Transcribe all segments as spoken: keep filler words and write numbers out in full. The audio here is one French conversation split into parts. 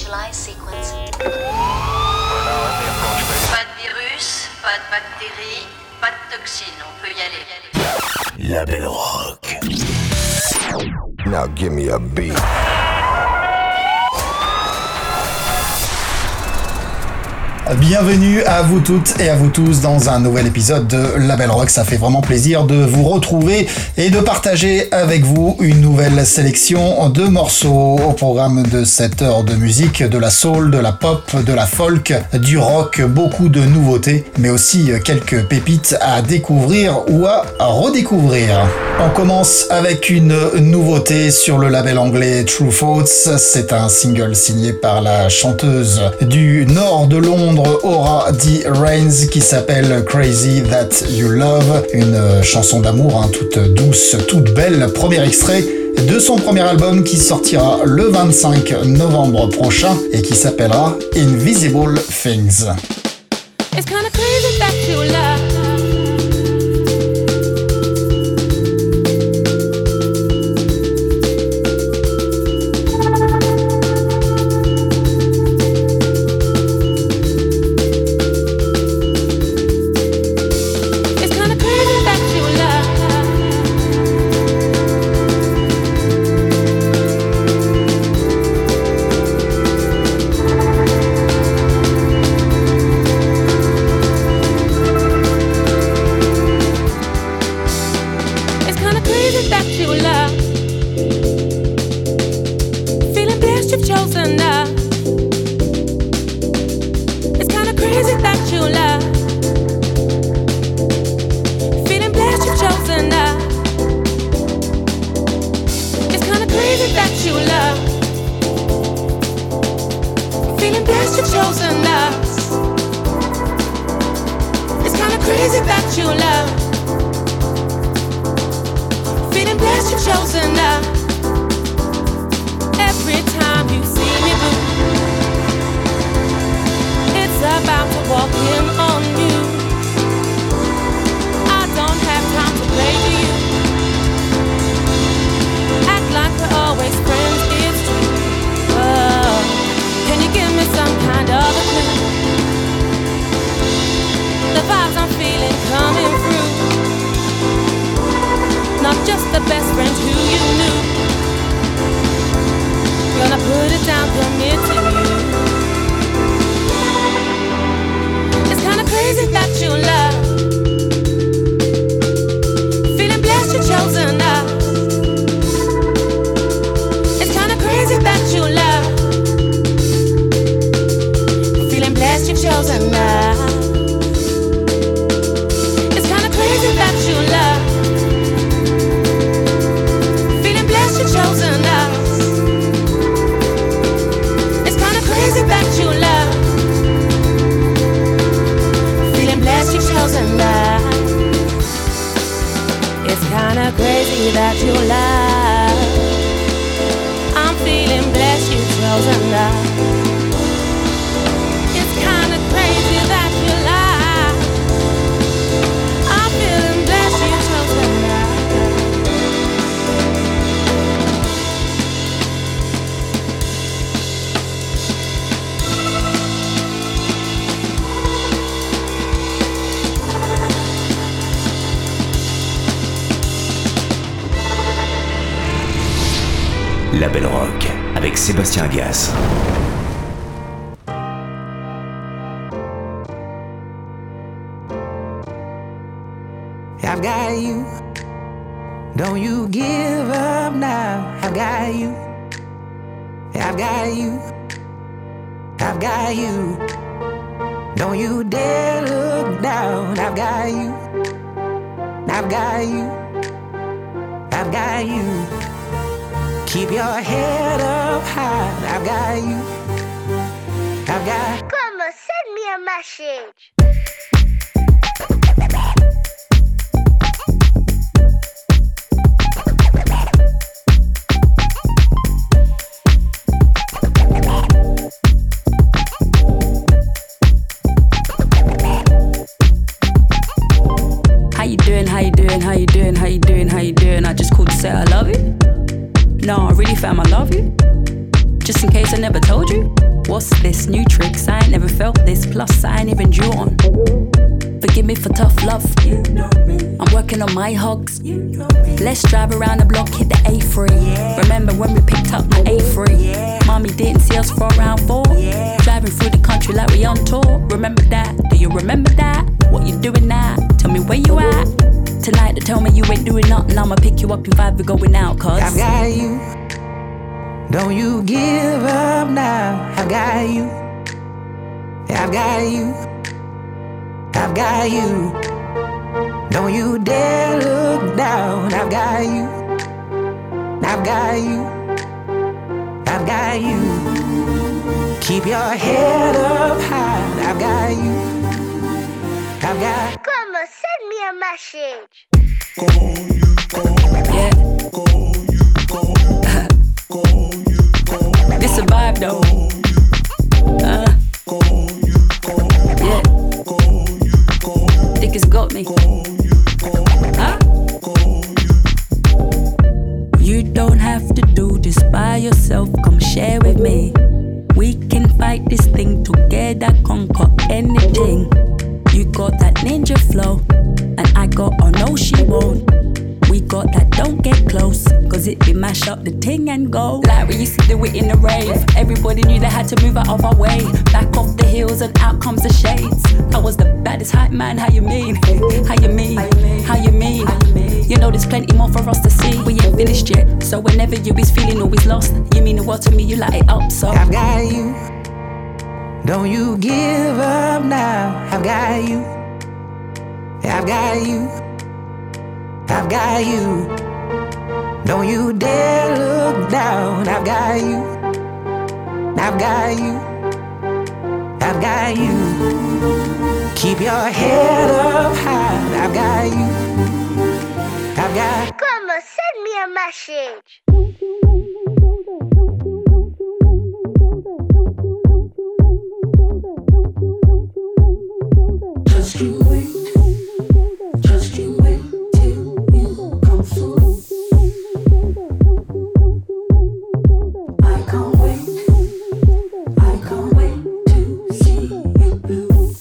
Initialize sequence. Pas de virus, pas de bactéries, pas de toxines, on peut y aller. Label Rock. Now give me a beat. Bienvenue à vous toutes et à vous tous dans un nouvel épisode de Label Rock. Ça fait vraiment plaisir de vous retrouver et de partager avec vous une nouvelle sélection de morceaux au programme de cette heure de musique, de la soul, de la pop, de la folk, du rock, beaucoup de nouveautés, mais aussi quelques pépites à découvrir ou à redécouvrir. On commence avec une nouveauté sur le label anglais True Thoughts. C'est un single signé par la chanteuse du nord de Londres, Aura D. Reigns, qui s'appelle Crazy That You Love, une chanson d'amour hein, toute douce, toute belle. Premier extrait de son premier album qui sortira le vingt-cinq novembre prochain et qui s'appellera Invisible Things. It's kinda crazy that you love. Label Rock avec Sébastien Agas. I've got you. Don't you give up now. I've got you. I've got you. I've got you. Don't you dare look down. I've got you. I've got you. I've got you. Keep your head up high. I've got you. I've got. Come on, send me a message. How you doing? How you doing? How you doing? How you doing? How you doing? I just called to say I love you. No, I really fam, I love you. just in case I never told you. What's this, new tricks? I ain't never felt this, plus I ain't even due on. Forgive me for tough love, you know me. I'm working on my hugs, you know me. Let's drive around the block, hit the A three. Yeah. Remember when we picked up my A three? Yeah. Mommy didn't see us for round four. Yeah. Driving through the country like we on tour. Remember that? Do you remember that? What you doing now? Tell me where you at. Tonight they tell me you ain't doing nothing. I'ma pick you up in five, we're going out, cause I've got you. Don't you give up now. I've got you. I've got you. I've got you. Don't you dare look down. I've got you. I've got you. I've got you. Keep your head up high. I've got you. I've got. Come on, send me a message. Go, you go. Yeah. Go, you go. Go, you go. This a vibe though. Uh. Go, you go. Yeah. Think it's got me. Huh? You don't have to do this by yourself. Come share with me. We can fight this thing together, conquer anything. You got that ninja flow, and I got oh no she won't. We got that don't get close, cause it be mash up the ting and go. Like we used to do it in the rave. Everybody knew they had to move out of our way. Back off the hills and out comes the shades. I was the baddest hype man, how you mean? How you mean? How you mean? You know there's plenty more for us to see. We ain't finished yet, so whenever you is feeling always lost, you mean the world to me, you light it up, so I've got you. Don't you give up now. I've got you. I've got you. I've got you. Don't you dare look down. I've got you. I've got you. I've got you. Keep your head up high. I've got you. I've got. Come on, send me a message. Just you wait. Just you wait till you come through. I can't wait. I can't wait to see you blue.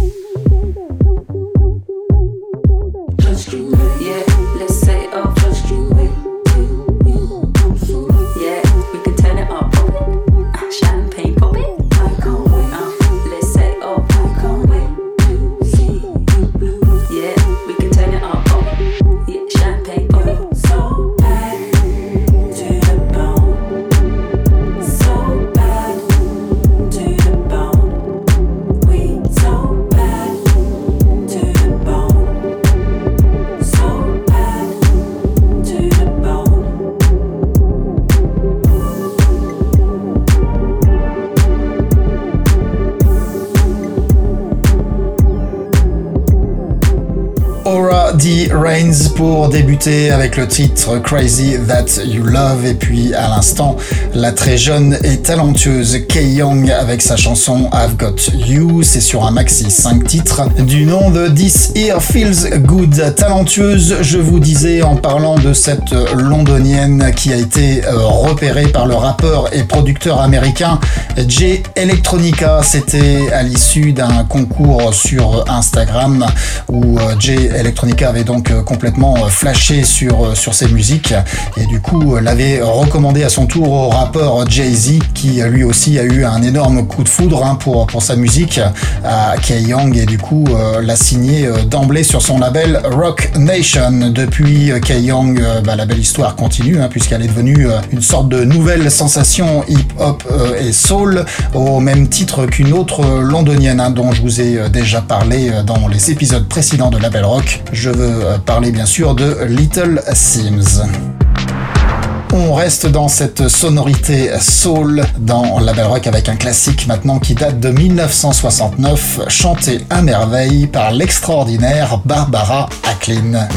Just you wait. yeah, let's set it up. Just you wait till you come through. Yeah, we can turn it up. Uh, champagne pop it. I can't wait. Uh, let's set it up. I can't wait to see you blue. Yeah, we can turn it up. Yeah, champagne pop it. So bad to the bone. So bad to the bone. We so bad to the bone. So bad to the bone. Aura D. Reigns pour débuter avec le titre Crazy That You Love, et puis à l'instant la très jeune et talentueuse Kay Young avec sa chanson I've Got You. C'est sur un maxi cinq titres du nom de This Here Feels Good. Talentueuse, je vous disais en parlant de cette londonienne qui a été euh, repérée par le rappeur et producteur américain Jay Electronica. C'était à l'issue d'un concours sur Instagram où euh, Jay Electronica avait donc complètement flashé sur, sur ses musiques et du coup l'avait recommandé à son tour au rappeur Jay-Z, qui lui aussi a eu un énorme coup de foudre hein, pour, pour sa musique à Kay Young, et du coup euh, l'a signé euh, d'emblée sur son label Rock Nation. Depuis, euh, Kay Young, euh, bah, la belle histoire continue hein, puisqu'elle est devenue euh, une sorte de nouvelle sensation hip-hop euh, et soul, au même titre qu'une autre euh, londonienne hein, dont je vous ai euh, déjà parlé euh, dans les épisodes précédents de Label Rock. Je veux parler bien sûr de Little Sims. On reste dans cette sonorité soul dans Label Rock avec un classique maintenant qui date de mille neuf cent soixante-neuf, chanté à merveille par l'extraordinaire Barbara Acklin.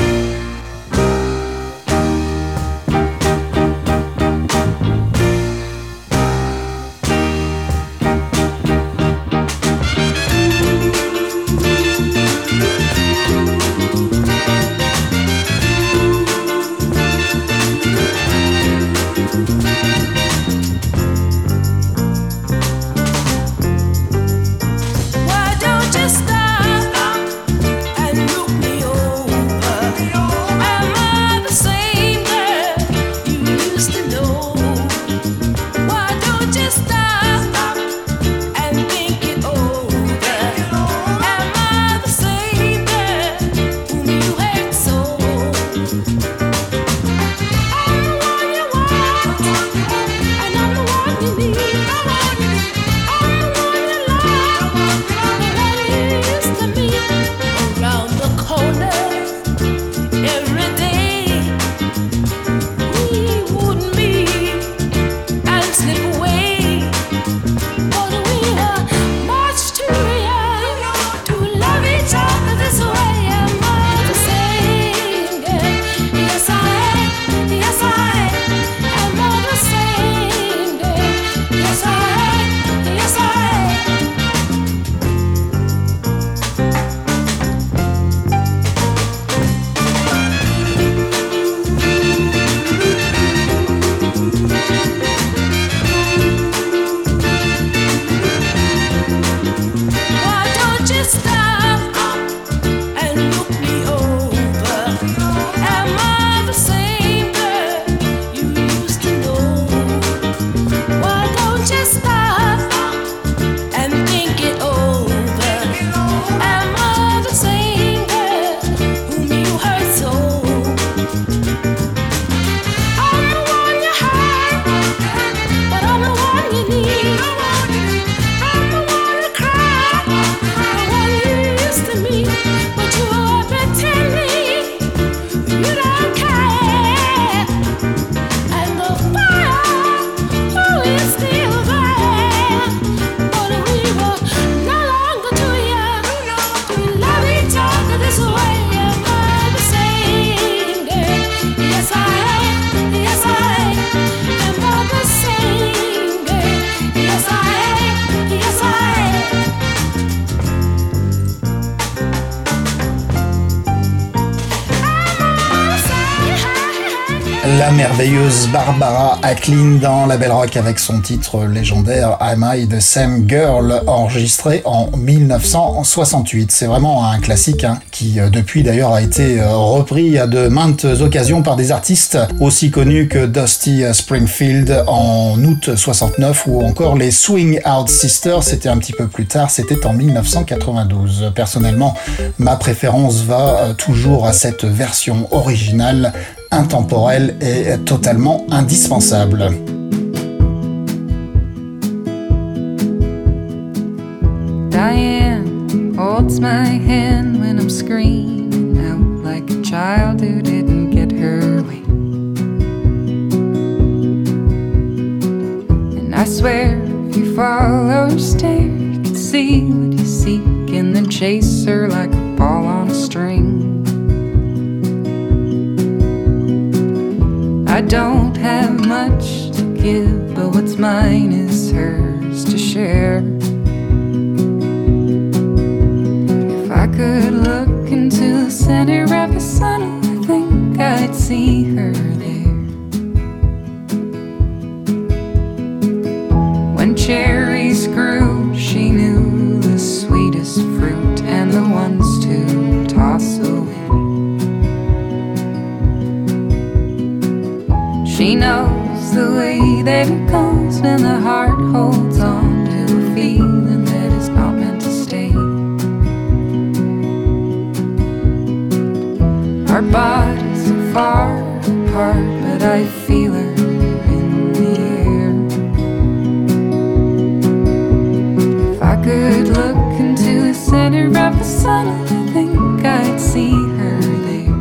La merveilleuse Barbara Acklin dans La Belle Rock avec son titre légendaire Am I the Same Girl, enregistré en dix-neuf cent soixante-huit. C'est vraiment un classique hein, qui depuis d'ailleurs a été repris à de maintes occasions par des artistes aussi connus que Dusty Springfield en août soixante-neuf ou encore les Swing Out Sisters, c'était un petit peu plus tard, c'était en dix-neuf cent quatre-vingt-douze. Personnellement, ma préférence va toujours à cette version originale intemporel et totalement indispensable. Diane holds my hand when I'm screaming out like a child who didn't get her way. And I swear if you follow her stare, you can see what you seek and then chase her like a ball on a string. I don't have much to give, but what's mine is hers to share. If I could look into the center of the sun, I think I'd see her there. When cherries grew, she knew the sweetest fruit and the ones to toss away. She knows the way that it goes when the heart holds on to a feeling that is not meant to stay. Our bodies are far apart, but I feel her in the air. If I could look into the center of the sun, I think I'd see her there.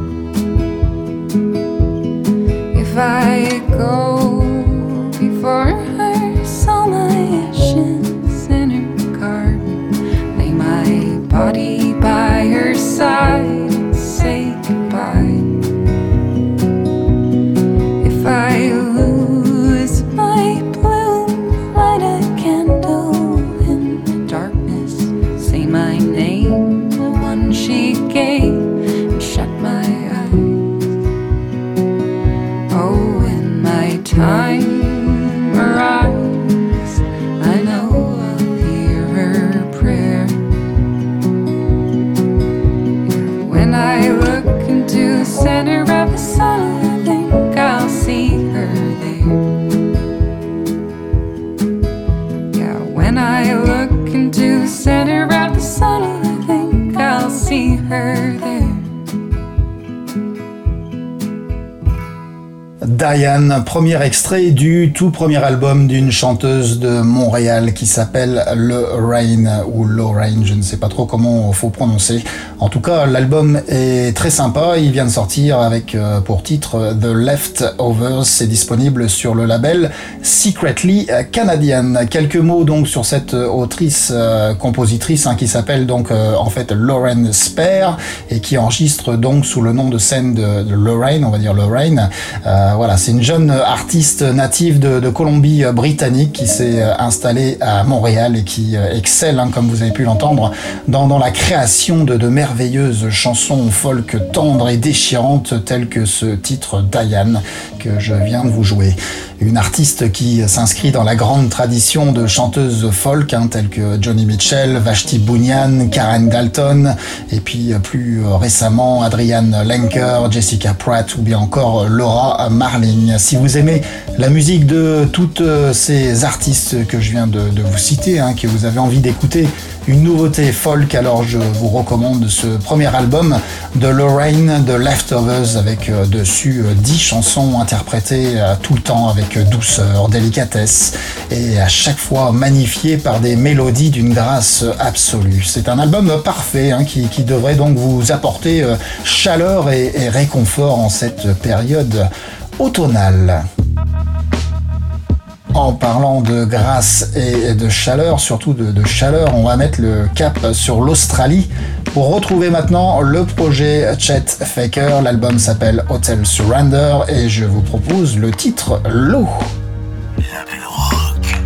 If I go before her, sow my ashes in her garden, lay my body by her side and say goodbye. If I lose my bloom, light a candle in the darkness, say my name, the one she gave, and shut my eyes. Oh, when my time arrives, I know I'll hear her prayer. When I look into the center of the sun, I think I'll see her there. Yeah, when I look into the center of the sun, I think I'll see her there. Diane, premier extrait du tout premier album d'une chanteuse de Montréal qui s'appelle Lorraine ou Lorraine, je ne sais pas trop comment il faut prononcer. En tout cas, l'album est très sympa, il vient de sortir avec euh, pour titre The Leftovers, c'est disponible sur le label Secretly Canadian. Quelques mots donc sur cette autrice, euh, compositrice hein, qui s'appelle donc euh, en fait Lauren Spare et qui enregistre donc sous le nom de scène de, de Lorraine, on va dire Lorraine. Euh, voilà, c'est une jeune artiste native de, de Colombie-Britannique qui s'est installée à Montréal et qui excelle, hein, comme vous avez pu l'entendre, dans, dans la création de, de merveilleuses chansons folk tendres et déchirantes telles que ce titre Diane que je viens de vous jouer. Une artiste qui s'inscrit dans la grande tradition de chanteuses folk hein, telles que Joni Mitchell, Vashti Bunyan, Karen Dalton et puis plus récemment Adrienne Lenker, Jessica Pratt ou bien encore Laura Marling. Si vous aimez la musique de toutes ces artistes que je viens de, de vous citer, hein, que vous avez envie d'écouter une nouveauté folk, alors je vous recommande ce premier album de Lorraine, The Leftovers, avec euh, dessus euh, dix chansons interprétées euh, tout le temps avec douceur, délicatesse et à chaque fois magnifiées par des mélodies d'une grâce absolue. C'est un album parfait hein, qui, qui devrait donc vous apporter euh, chaleur et, et réconfort en cette période automnale. En parlant de grâce et de chaleur, surtout de, de chaleur, on va mettre le cap sur l'Australie pour retrouver maintenant le projet Chet Faker. L'album s'appelle Hotel Surrender et je vous propose le titre Low. La Belle Rock.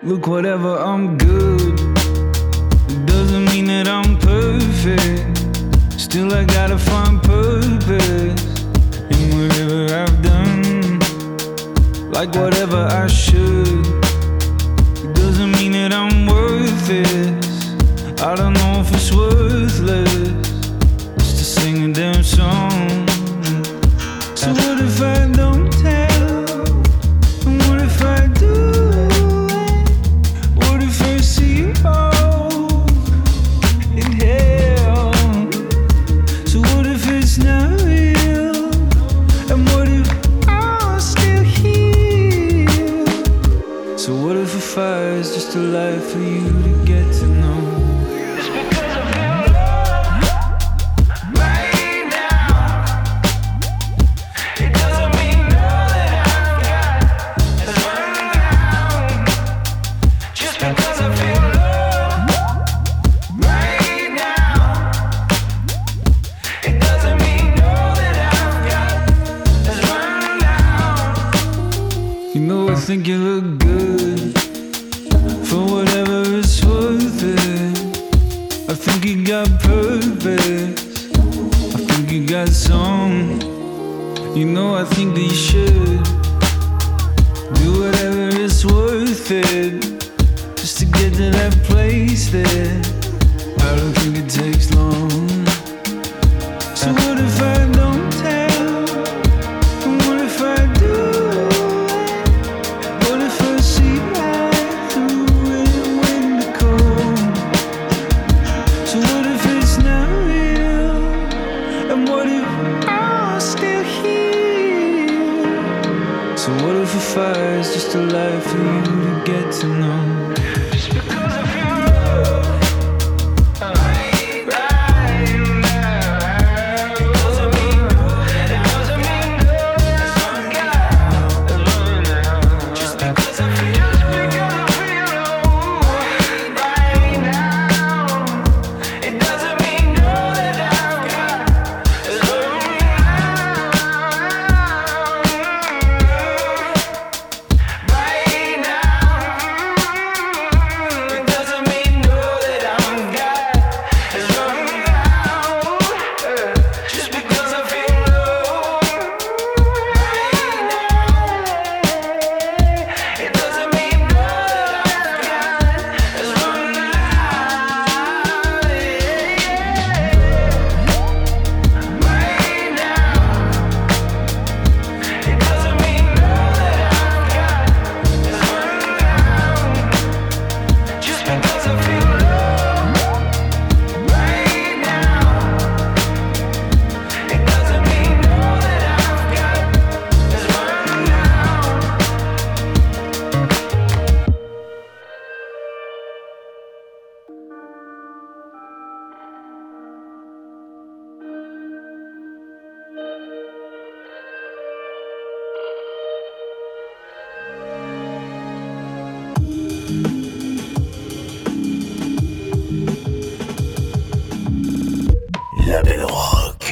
Look, whatever, I'm good. It doesn't mean that I'm perfect. Still, I gotta find purpose in whatever I've done. Like whatever I should. It doesn't mean that I'm worth it. I don't know if it's worthless just to sing a damn song. So what if I don't tell? And what if I do it? What if I see you all in hell? So what if it's not real? And what if I'm still here? So what if a fire is just a light for you to get to know? It's because of your love right now. It doesn't mean all that I've got is running out. Just because I feel love right now. It doesn't mean all that I've got is running out. You know I think you look good for whatever it's worth it. I think you got purpose. I think you got song. You know I think that you should do whatever it's worth it just to get to that place there. I don't think it takes long. So what if I don't tell? And what if I do it? What if I see right through it when it comes? So what if it's not real? And what if I'm still here? So what if a fire is just a light for you to get to know? Just because of your love right, right now. It doesn't mean, it doesn't mean that I'm God alone. Just because I feel, just because I feel love right now. It doesn't mean all that I've got is running out right now. It doesn't mean all that I've got is running out. Just because I feel love right now. It doesn't mean all that I've got is running out. Right now. It doesn't mean all that I've got is running out. Just because I feel love right now. It doesn't mean all that I've got is running out. La Belle Rock.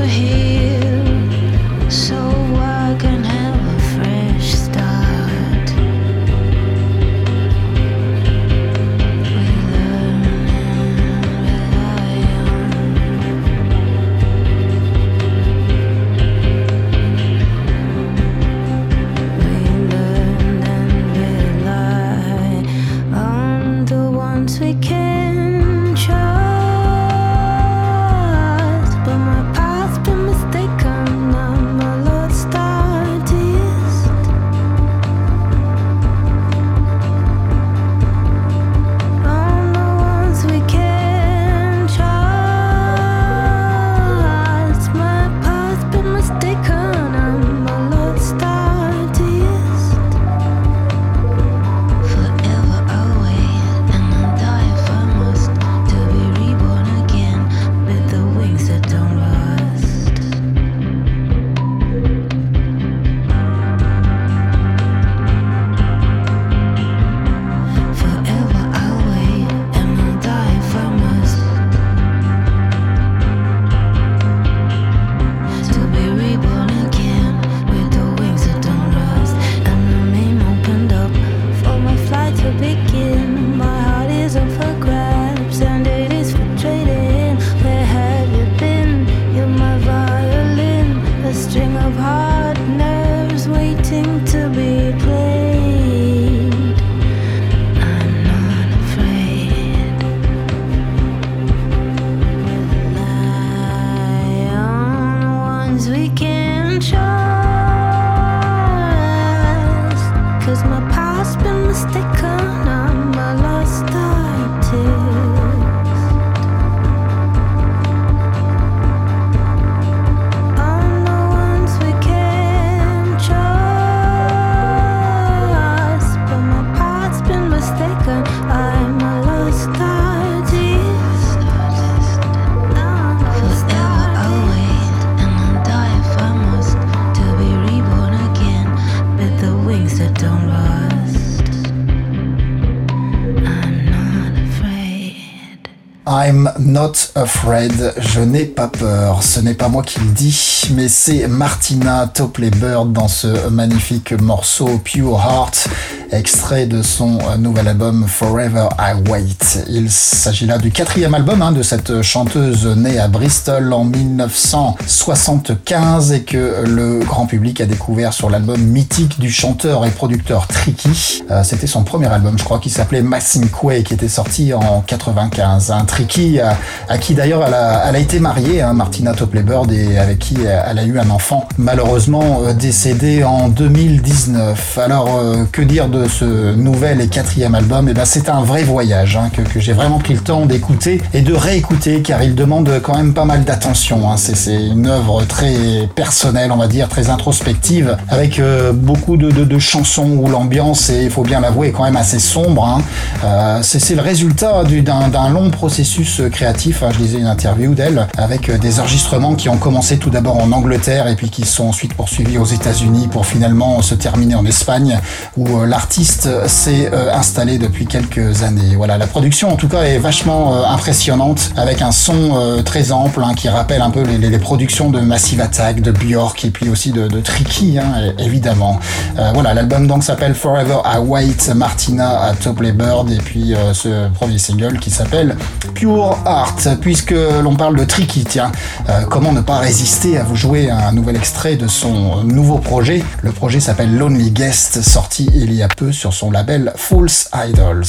I'm not afraid, je n'ai pas peur. Ce n'est pas moi qui le dis, mais c'est Martina Topley Bird dans ce magnifique morceau Pure Heart, extrait de son nouvel album Forever I Wait. Il s'agit là du quatrième album hein, de cette chanteuse née à Bristol en dix-neuf cent soixante-quinze et que le grand public a découvert sur l'album mythique du chanteur et producteur Tricky. Euh, c'était son premier album, je crois, qui s'appelait Massing Quay, qui était sorti en quatre-vingt-quinze. Un Tricky à, à qui d'ailleurs elle a, elle a été mariée, hein, Martina Topley Bird, et avec qui elle a eu un enfant, malheureusement euh, décédé en deux mille dix-neuf. Alors euh, que dire de ce nouvel et quatrième album? Eh ben, c'est un vrai voyage hein, que, que j'ai vraiment pris le temps d'écouter et de réécouter, car il demande quand même pas mal d'attention. Hein. C'est, c'est une œuvre très personnelle, on va dire, très introspective, avec euh, beaucoup de, de, de chansons où l'ambiance est, il faut bien l'avouer, quand même assez sombre. Hein. Euh, c'est, c'est le résultat du, d'un, d'un long processus créatif. Hein. Je lisais une interview d'elle avec des enregistrements qui ont commencé tout d'abord en Angleterre et puis qui sont ensuite poursuivis aux États-Unis pour finalement se terminer en Espagne, où euh, l'artiste s'est euh, installé depuis quelques années. Voilà, la production en tout cas est vachement euh, impressionnante, avec un son euh, très ample hein, qui rappelle un peu les, les, les productions de Massive Attack, de Björk et puis aussi de, de Tricky, hein, évidemment. Euh, voilà, l'album donc s'appelle Forever I Wait, Martina Topley Bird, et puis euh, ce premier single qui s'appelle Pure Heart. Puisque l'on parle de Tricky, tiens, euh, comment ne pas résister à vous jouer un nouvel extrait de son nouveau projet. Le projet s'appelle Lonely Guest, sorti il y a peu sur son label False Idols.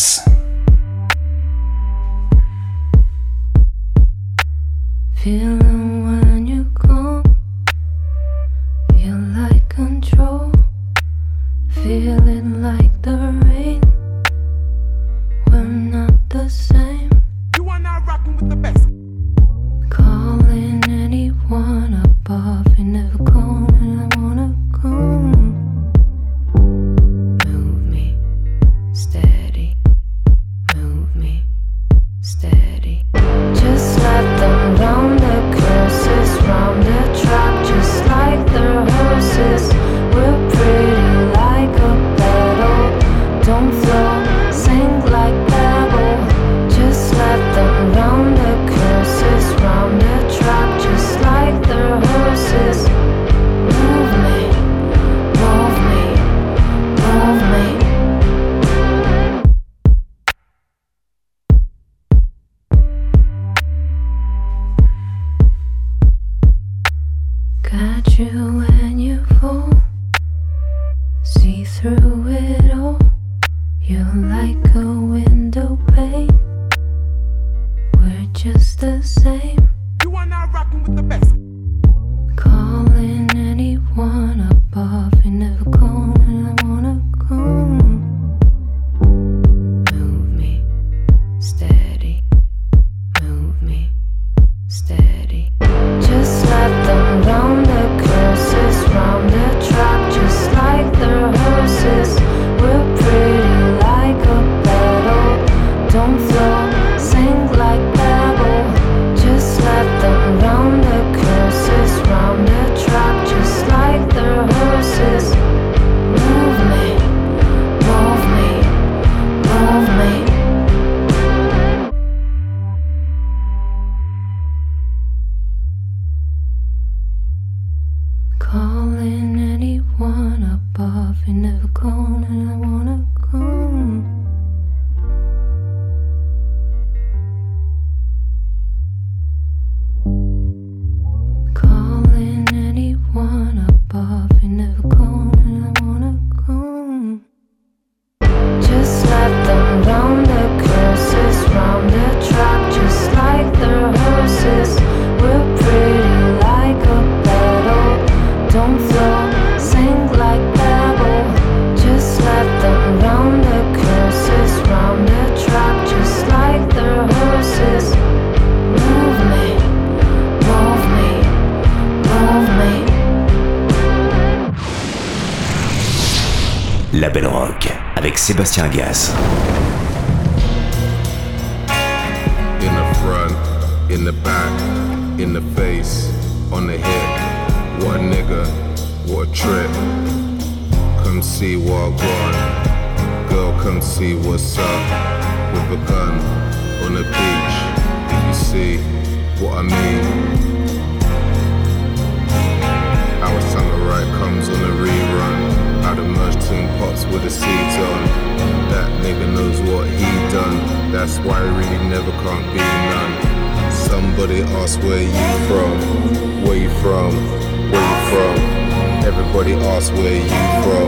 Feeling when you come, feel like control, feeling like the rain, we're not the same. You are now rocking with the best. Calling anyone above, you never call and I wanna come. Move me steady, move me steady. Just like the round the curve. Catch you when you fall, see through it all. You're like a window pane, we're just the same. You are now rocking with the best. Calling anyone above, you never call and I wanna go. Move me steady, move me steady. Just let them round the curses, round the track, just like the hearses. We're pretty like a battle, don't flow, sing like babble. Just let them round the curses, round the track, just like the hearses. Move me, move me, move me. Calling anyone above, you never call and I wanna go. Calling anyone above, you never call and I wanna go. Just let them round the curses, round the track, just like the hearses. We're pretty like a battle, don't flow, sing like babble. Just let them round the curses, round the track, just like the hearses. Move me, move me, move me. La Belle Rock avec Sébastien Gass. In the front, in the back, in the face, on the hip. What a nigga, what a trip. Come see what I want. Girl, come see what's up. With a gun on the beach. If you see what I mean. Our summer right comes on a rerun. How to merge tin pots with the seeds on. That nigga knows what he done. That's why he really never can't be none. Somebody ask where you from. Where you from? Where you from? Everybody ask where you from.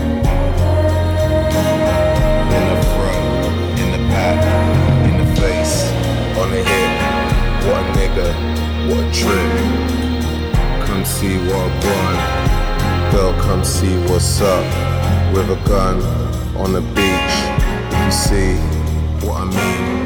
In the front, in the back, in the face, on the hip. What a nigga, what a trip. Come see what I want. Girl, come see what's up. With a gun on the beach. If you see what I mean.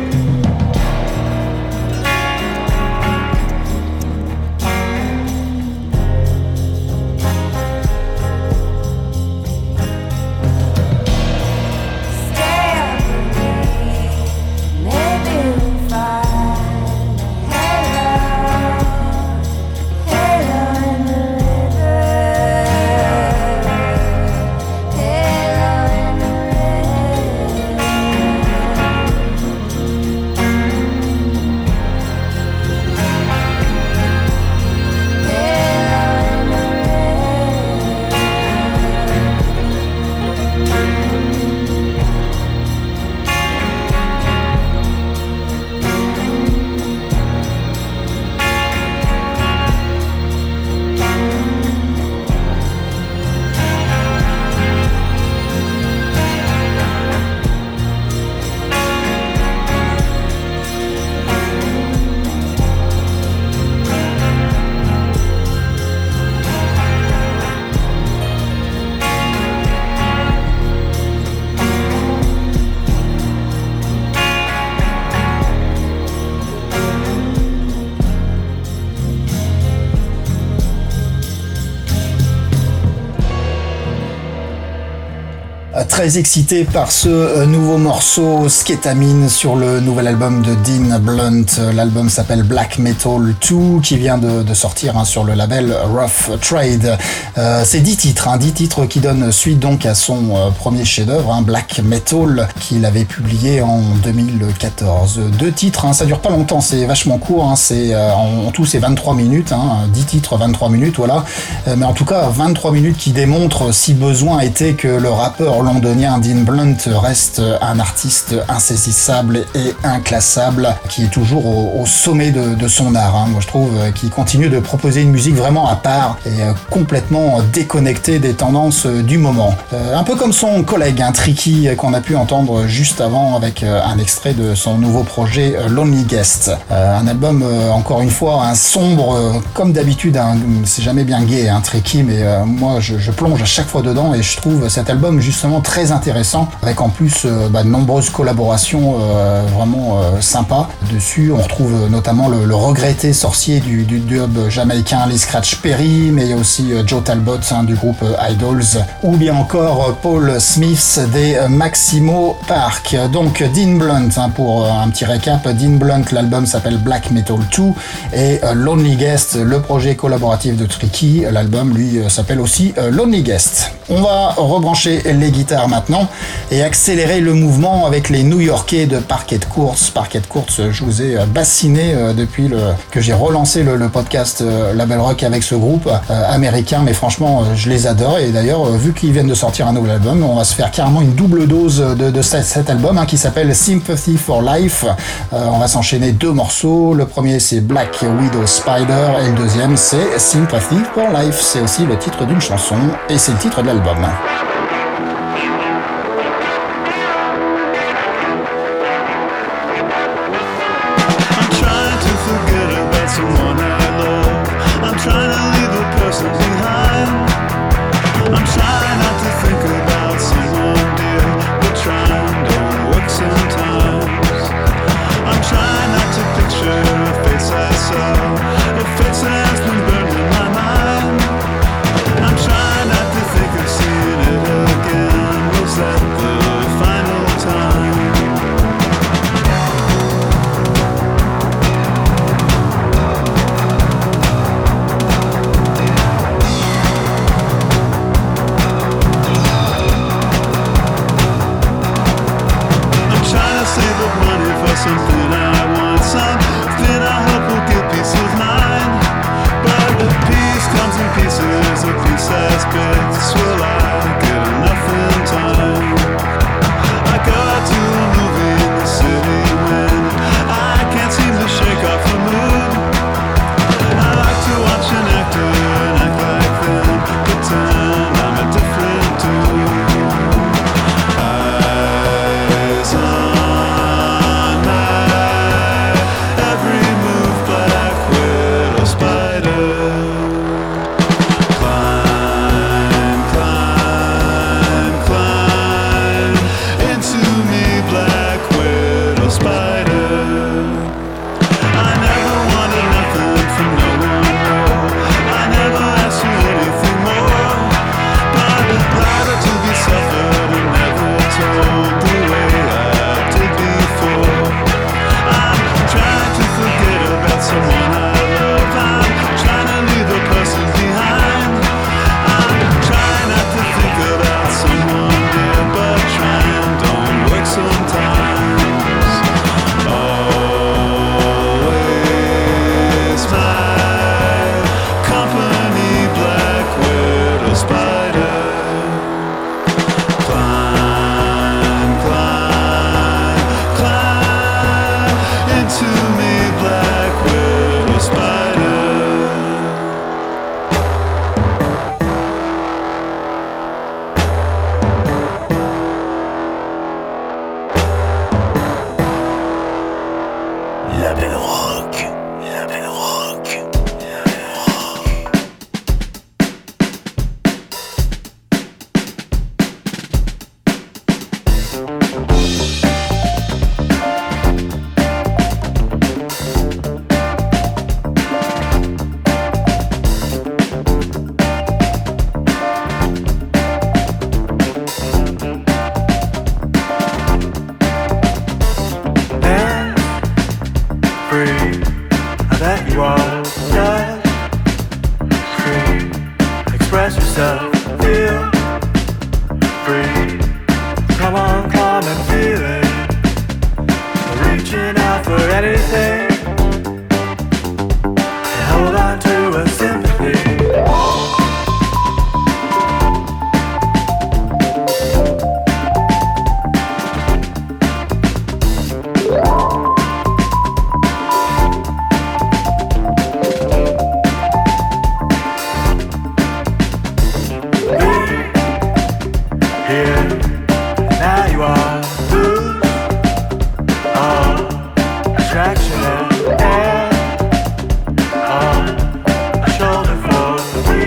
Très excité par ce nouveau morceau Sketamine sur le nouvel album de Dean Blunt. L'album s'appelle Black Metal deux qui vient de, de sortir hein, sur le label Rough Trade. Euh, c'est dix titres, hein, dix titres qui donnent suite donc à son euh, premier chef-d'œuvre, hein, Black Metal, qu'il avait publié en deux mille quatorze. Deux titres, hein, ça dure pas longtemps, c'est vachement court, hein, c'est euh, en, en tout c'est vingt-trois minutes, hein, dix titres, vingt-trois minutes, voilà. Euh, mais en tout cas vingt-trois minutes qui démontrent, si besoin était, que le rappeur londonien Dean Blunt reste un artiste insaisissable et inclassable, qui est toujours au, au sommet de, de son art. Hein. Moi, je trouve qu'il continue de proposer une musique vraiment à part et complètement déconnectée des tendances du moment. Euh, un peu comme son collègue, un Tricky, qu'on a pu entendre juste avant avec un extrait de son nouveau projet Lonely Guest. Euh, un album, euh, encore une fois, un sombre, euh, comme d'habitude, hein, c'est jamais bien gai, un hein, Tricky, mais euh, moi je, je plonge à chaque fois dedans et je trouve cet album justement très intéressant, avec en plus euh, bah, de nombreuses collaborations euh, vraiment euh, sympas. Dessus, on retrouve notamment le, le regretté sorcier du, du dub jamaïcain Lee Scratch Perry, mais il y a aussi euh, Joe Talbot hein, du groupe euh, Idols, ou bien encore euh, Paul Smith des euh, Maximo Park. Donc Dean Blunt, hein, pour euh, un petit récap, Dean Blunt, l'album s'appelle Black Metal deux, et euh, Lonely Guest, le projet collaboratif de Tricky, l'album lui euh, s'appelle aussi euh, Lonely Guest. On va rebrancher les guitares maintenant et accélérer le mouvement avec les New-Yorkais de Parquet Courts. Parquet Courts, je vous ai bassiné euh, depuis le, que j'ai relancé le, le podcast euh, Label Rock avec ce groupe euh, américain, mais franchement euh, je les adore, et d'ailleurs euh, vu qu'ils viennent de sortir un nouvel album, on va se faire carrément une double dose de, de cet, cet album hein, qui s'appelle Sympathy for Life. Euh, on va s'enchaîner deux morceaux. Le premier c'est Black Widow Spider et le deuxième c'est Sympathy for Life. C'est aussi le titre d'une chanson et c'est le titre de l'album.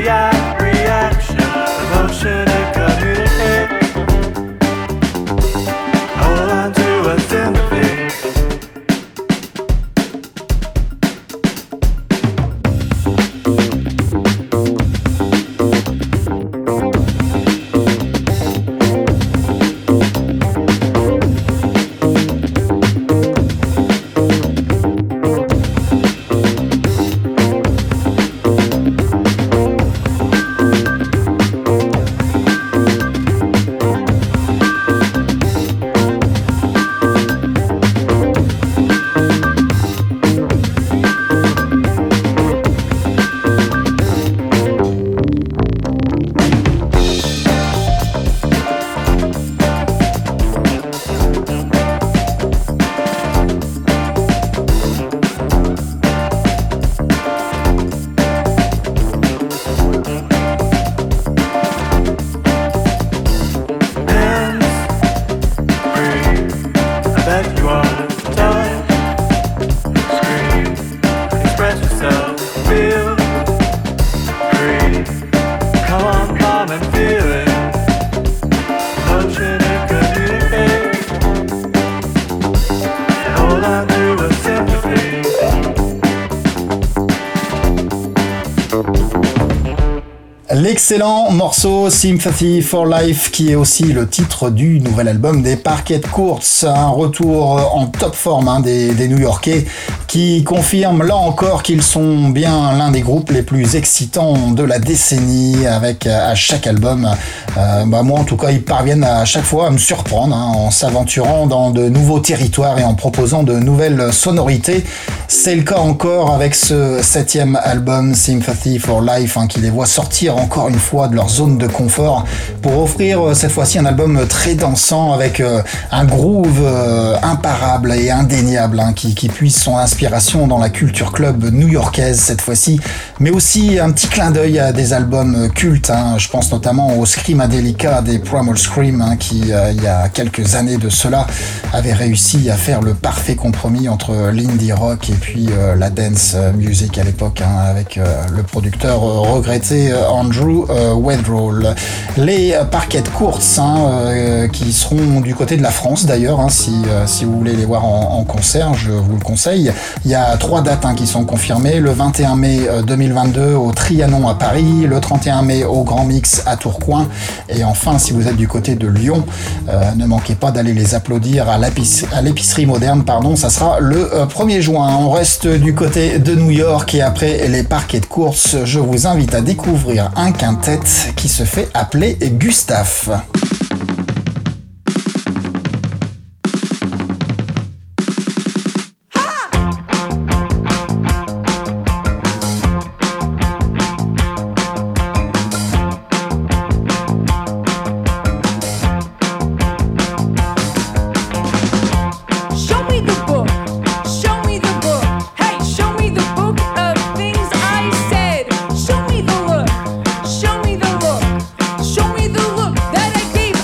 react, reaction, emotion and communicate. Hold on to a sympathy. L'excellent morceau Sympathy for Life qui est aussi le titre du nouvel album des Parquet Courts, un retour en top forme hein, des, des New-Yorkais qui confirment là encore qu'ils sont bien l'un des groupes les plus excitants de la décennie avec à chaque album. Euh, bah moi en tout cas ils parviennent à chaque fois à me surprendre hein, en s'aventurant dans de nouveaux territoires et en proposant de nouvelles sonorités. C'est le cas encore avec ce septième album Sympathy for Life hein, qui les voit sortir encore une fois de leur zone de confort pour offrir cette fois-ci un album très dansant avec euh, un groove euh, imparable et indéniable hein, qui, qui puise son inspiration dans la culture club new-yorkaise cette fois-ci, mais aussi un petit clin d'œil à des albums cultes. Hein. Je pense notamment au Screamadelica des Primal Scream hein, qui, euh, il y a quelques années de cela, avait réussi à faire le parfait compromis entre l'indie rock et puis euh, la dance music à l'époque hein, avec euh, le producteur euh, regretté euh, Andrew euh, Weatherall. Les euh, Parquet Courts hein, euh, qui seront du côté de la France d'ailleurs hein, si, euh, si vous voulez les voir en, en concert, je vous le conseille. Il y a trois dates hein, qui sont confirmées, le vingt et un mai deux mille vingt-deux au Trianon à Paris, le trente et un mai au Grand Mix à Tourcoing et enfin si vous êtes du côté de Lyon, euh, ne manquez pas d'aller les applaudir à, à l'épicerie moderne, pardon, ça sera le euh, premier juin. On reste du côté de New York et après les Parquet Courts, je vous invite à découvrir un quintet qui se fait appeler Gustave. Show me the look that I gave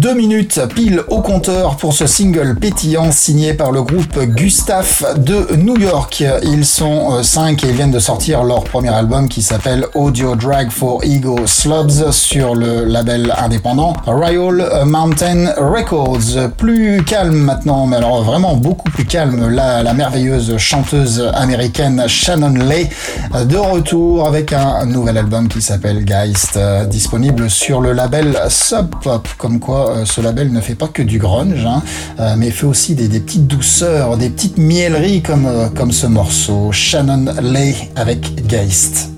deux minutes pile au compteur pour ce single pétillant signé par le groupe Gustaf de New York. Ils sont cinq et ils viennent de sortir leur premier album qui s'appelle Audio Drag for Ego Slobs sur le label indépendant Royal Mountain Records. Plus calme maintenant, mais alors vraiment beaucoup plus calme, la, la merveilleuse chanteuse américaine Shannon Lay de retour avec un nouvel album qui s'appelle Geist, euh, disponible sur le label Sub Pop. Comme quoi euh, ce label ne fait pas que du grunge, hein, euh, mais fait aussi des, des petites douceurs, des petites mieleries comme, euh, comme ce morceau. Shannon Lay avec Geist.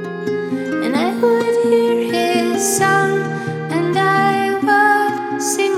And I would hear his song, and I would sing.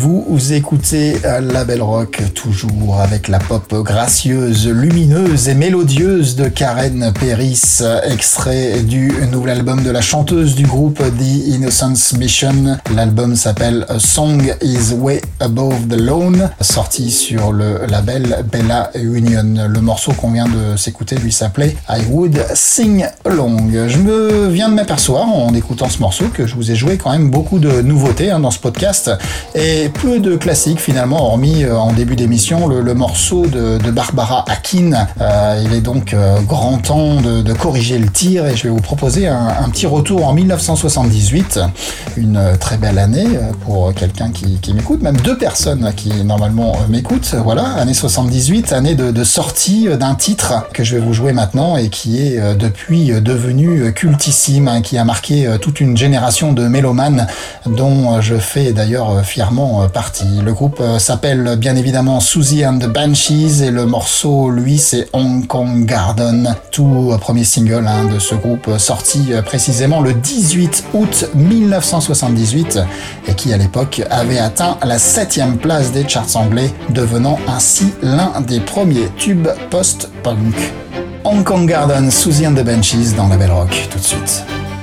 vous, vous écoutez La Belle Rock, toujours avec la pop gracieuse, lumineuse et mélodieuse de Karen Paris, extrait du nouvel album de la chanteuse du groupe The Innocence Mission. L'album s'appelle A Song Is Way Above the Lawn, sorti sur le label Bella Union. Le morceau qu'on vient de s'écouter lui s'appelait I Would Sing Along. Je me viens de m'apercevoir en écoutant ce morceau que je vous ai joué quand même beaucoup de nouveautés hein, dans ce podcast et peu de classiques finalement, hormis euh, en début d'émission le, le morceau de, de Barbara Akin. Euh, il est donc euh, grand temps de, de corriger le tir et je vais vous proposer un, un petit retour en dix-neuf cent soixante-dix-huit, une très belle année pour quelqu'un qui, qui m'écoute, même deux personnes qui normalement m'écoutent. Voilà, année soixante-dix-huit, année de, de sortie d'un titre que je vais vous jouer maintenant et qui est euh, depuis devenu cultissime, hein, qui a marqué euh, toute une génération de mélomanes dont je fais d'ailleurs fièrement partie. Le groupe s'appelle bien évidemment Susie and the Banshees et le morceau, lui, c'est Hong Kong Garden, tout premier single hein, de ce groupe sorti précisément le dix-huit août dix-neuf cent soixante-dix-huit et qui à l'époque avait atteint la septième place des charts anglais, devenant ainsi l'un des premiers tubes post-punk. Hong Kong Garden, Susie and the Banshees dans La Belle Rock, tout de suite.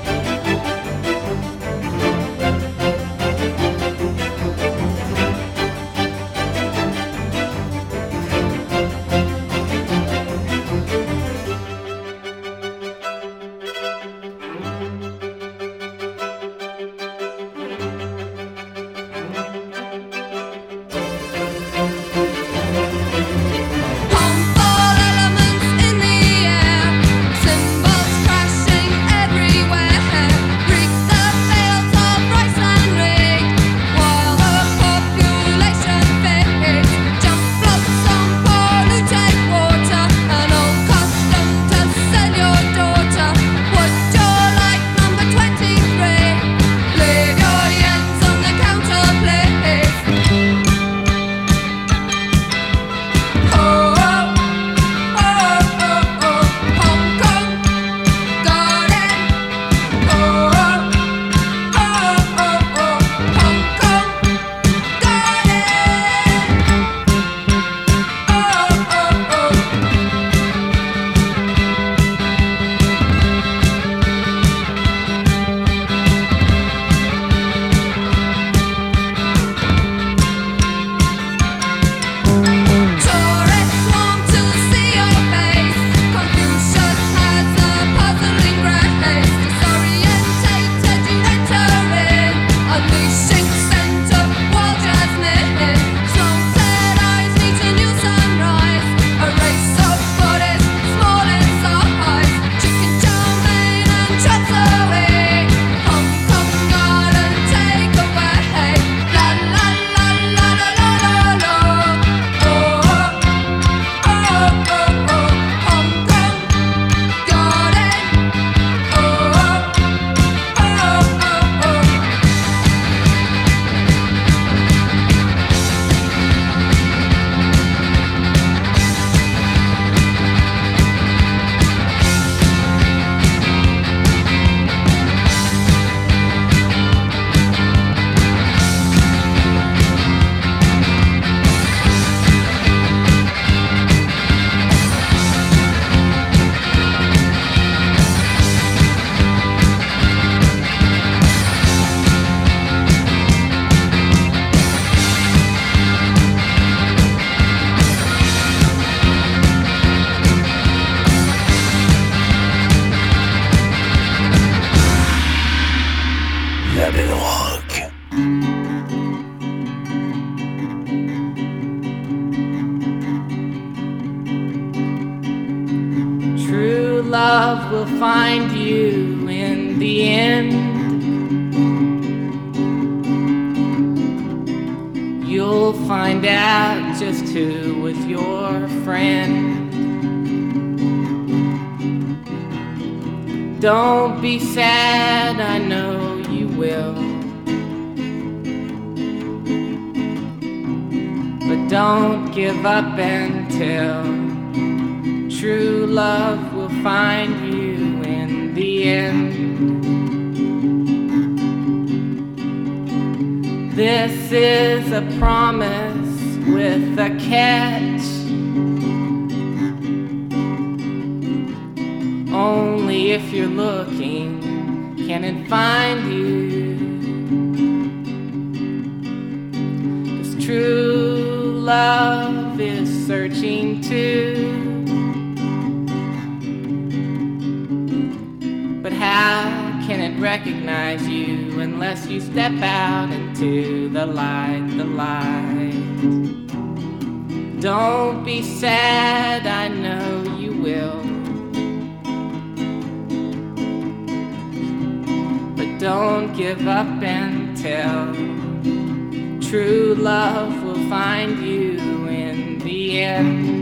love will find you in the end. You'll find out just who was your friend. Don't be sad, I know you will. But don't give up until true love will find you in the end. This is a promise with a catch. Only if you're looking can it find you. 'Cause true love is searching too. But how can it recognize you unless you step out into the light, the light? Don't be sad, I know you will. But don't give up until true love will find you in the end.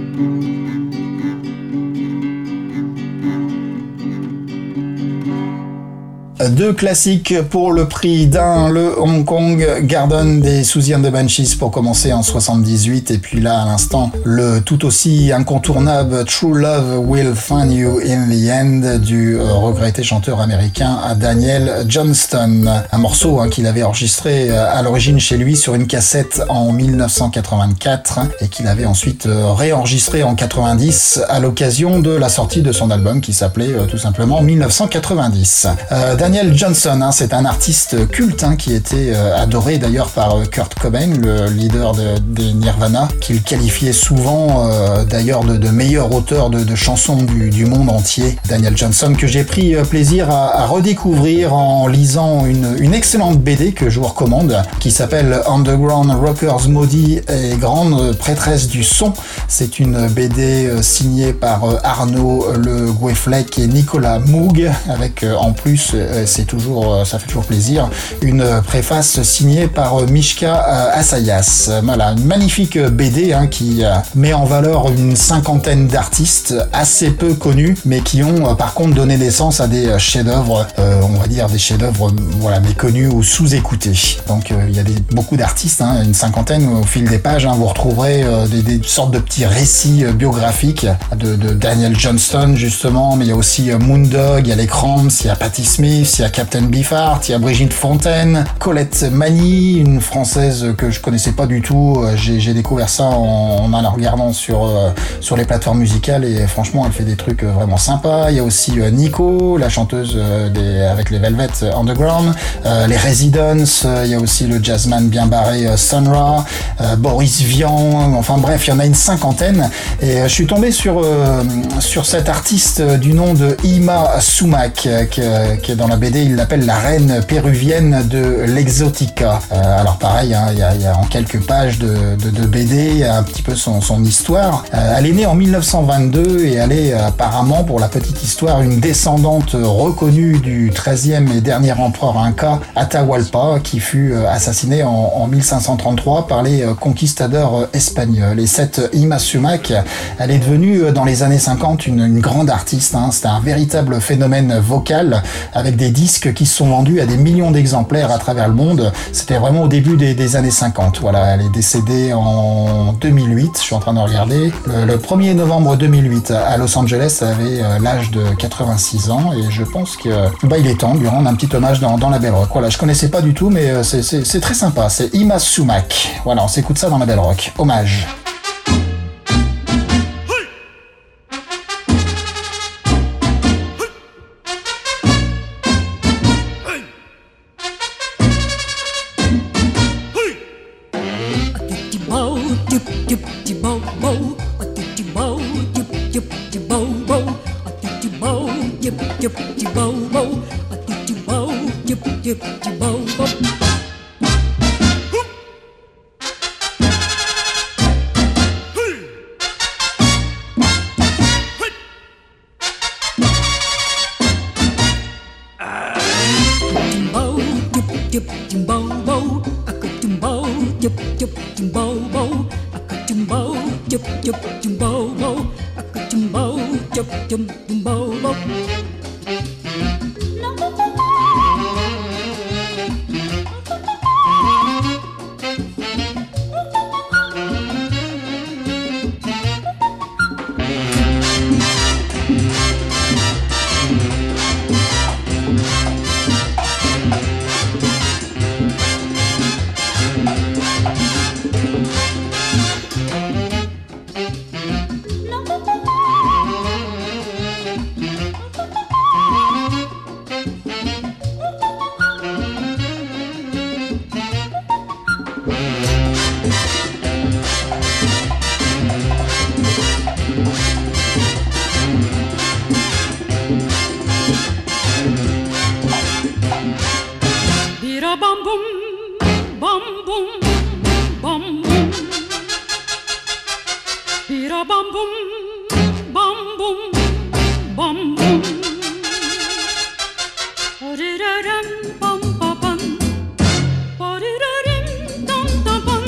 Deux classiques pour le prix d'un, le Hong Kong Garden des Siouxsie and the Banshees pour commencer en soixante-dix-huit, et puis là à l'instant le tout aussi incontournable True Love Will Find You in the End du euh, regretté chanteur américain Daniel Johnston, un morceau hein, qu'il avait enregistré euh, à l'origine chez lui sur une cassette en dix-neuf cent quatre-vingt-quatre et qu'il avait ensuite euh, réenregistré en quatre-vingt-dix à l'occasion de la sortie de son album qui s'appelait euh, tout simplement dix-neuf cent quatre-vingt-dix. Euh, Daniel Johnston, hein, c'est un artiste culte hein, qui était euh, adoré d'ailleurs par euh, Kurt Cobain, le leader de, des Nirvana, qu'il qualifiait souvent euh, d'ailleurs de, de meilleur auteur de, de chansons du, du monde entier. Daniel Johnston, que j'ai pris euh, plaisir à, à redécouvrir en lisant une, une excellente B D que je vous recommande, qui s'appelle Underground Rockers Maudits et Grande Prêtresse du Son. C'est une B D euh, signée par euh, Arnaud Le Goueflec et Nicolas Moog, avec euh, en plus euh, c'est toujours, ça fait toujours plaisir, une préface signée par Mishka Assayas. Voilà, une magnifique B D hein, qui met en valeur une cinquantaine d'artistes assez peu connus, mais qui ont par contre donné naissance à des chefs-d'œuvre, euh, on va dire des chefs-d'œuvre voilà, méconnus ou sous-écoutés. Donc euh, il y a des, beaucoup d'artistes, hein, une cinquantaine au fil des pages, hein, vous retrouverez euh, des, des sortes de petits récits euh, biographiques de, de Daniel Johnston justement, mais il y a aussi euh, Moondog, il y a les Cramps, il y a Patti Smith, il y a Captain Beefheart, il y a Brigitte Fontaine, Colette Mani, une française que je connaissais pas du tout. J'ai, j'ai découvert ça en, en la regardant sur, euh, sur les plateformes musicales et franchement elle fait des trucs vraiment sympas. Il y a aussi euh, Nico, la chanteuse euh, des, avec les Velvet Underground, euh, les Residents, euh, il y a aussi le jazzman bien barré euh, Sun Ra, euh, Boris Vian, enfin bref, il y en a une cinquantaine et euh, je suis tombé sur, euh, sur cet artiste du nom de Ima Sumac euh, qui, qui est dans la B D, il l'appelle la reine péruvienne de l'exotica. Euh, alors pareil, hein, il y, a, il y a en quelques pages de, de, de B D, il y a un petit peu son, son histoire. Euh, elle est née en dix-neuf cent vingt-deux et elle est apparemment, pour la petite histoire, une descendante reconnue du treizième et dernier empereur inca Atahualpa, qui fut assassiné en, en mille cinq cent trente-trois par les conquistadors espagnols. Et cette Ima Sumac, elle est devenue dans les années cinquante une, une grande artiste. Hein. C'était un véritable phénomène vocal avec des disques qui se sont vendus à des millions d'exemplaires à travers le monde. C'était vraiment au début des, des années cinquante. Voilà, elle est décédée en deux mille huit, je suis en train de regarder. Le, le premier novembre deux mille huit à Los Angeles, elle avait euh, l'âge de quatre-vingt-six ans et je pense que bah, il est temps de lui rendre un petit hommage dans, dans la Belle Rock. Voilà, je connaissais pas du tout, mais euh, c'est, c'est, c'est très sympa. C'est Ima Sumac. Voilà, on s'écoute ça dans la Belle Rock. Hommage. bum boom, bum boom. Bida bum boom, bum boom, bum boom. Ba-di-da-dum, bum ba bum. Ba-di-da-dim, dum da bum.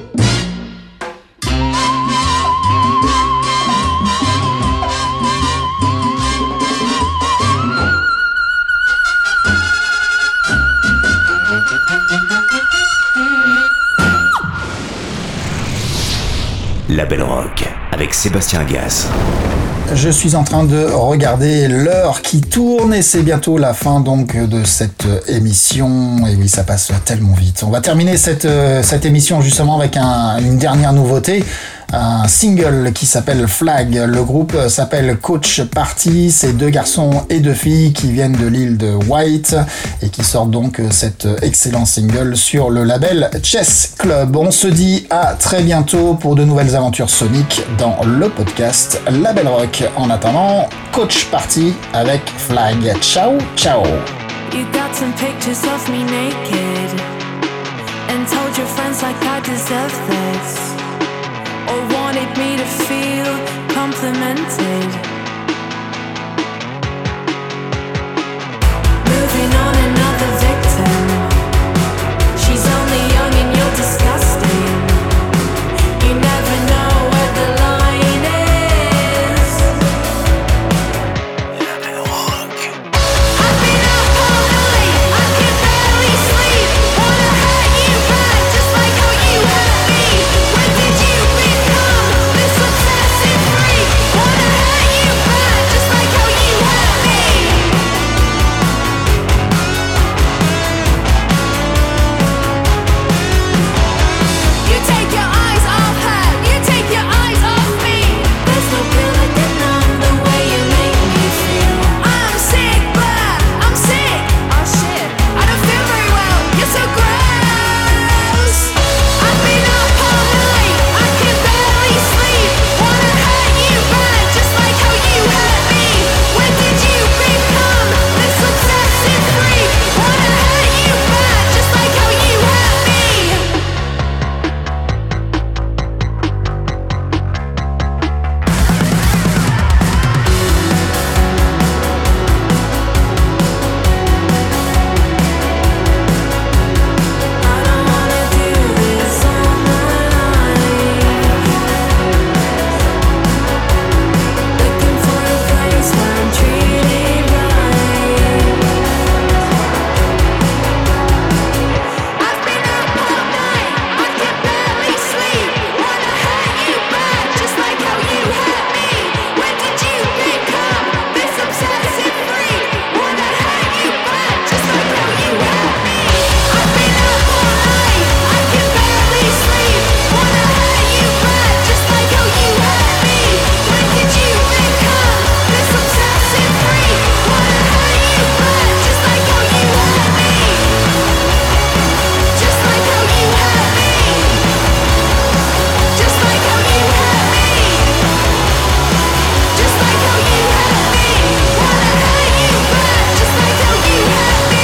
La Belle Rock avec Sébastien Gass. Je suis en train de regarder l'heure qui tourne et c'est bientôt la fin donc de cette émission. Et oui, ça passe tellement vite. On va terminer cette, cette émission justement avec un, une dernière nouveauté. Un single qui s'appelle Flag. Le groupe s'appelle Coach Party. C'est deux garçons et deux filles qui viennent de l'île de White et qui sortent donc cet excellent single sur le label Chess Club. On se dit à très bientôt pour de nouvelles aventures soniques dans le podcast La Belle Rock. En attendant, Coach Party avec Flag. Ciao, ciao. You got some pictures of me naked and told your friends like I deserve this, or wanted me to feel complimented. Moving on, another victim. She's only young and you're disgusting. You never know where the line is. I've been up all night, I can barely sleep. Wanna hurt you bad, just like how you hurt me. When did you become this obsessive freak? Wanna hurt you bad, just like how you hurt me. You take your eyes off her, you take your eyes off me. There's no pill that can numb the way you make me feel. I'm sick, blah, I'm sick. Oh shit, I don't feel very well, you're so gross. I've been up all night, I can barely sleep. Wanna hurt you bad, just like how you hurt me. When did you become this obsessive freak? Wanna hurt you bad, just like how you hurt me.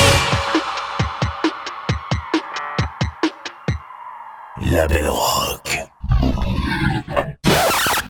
La Belle Rock.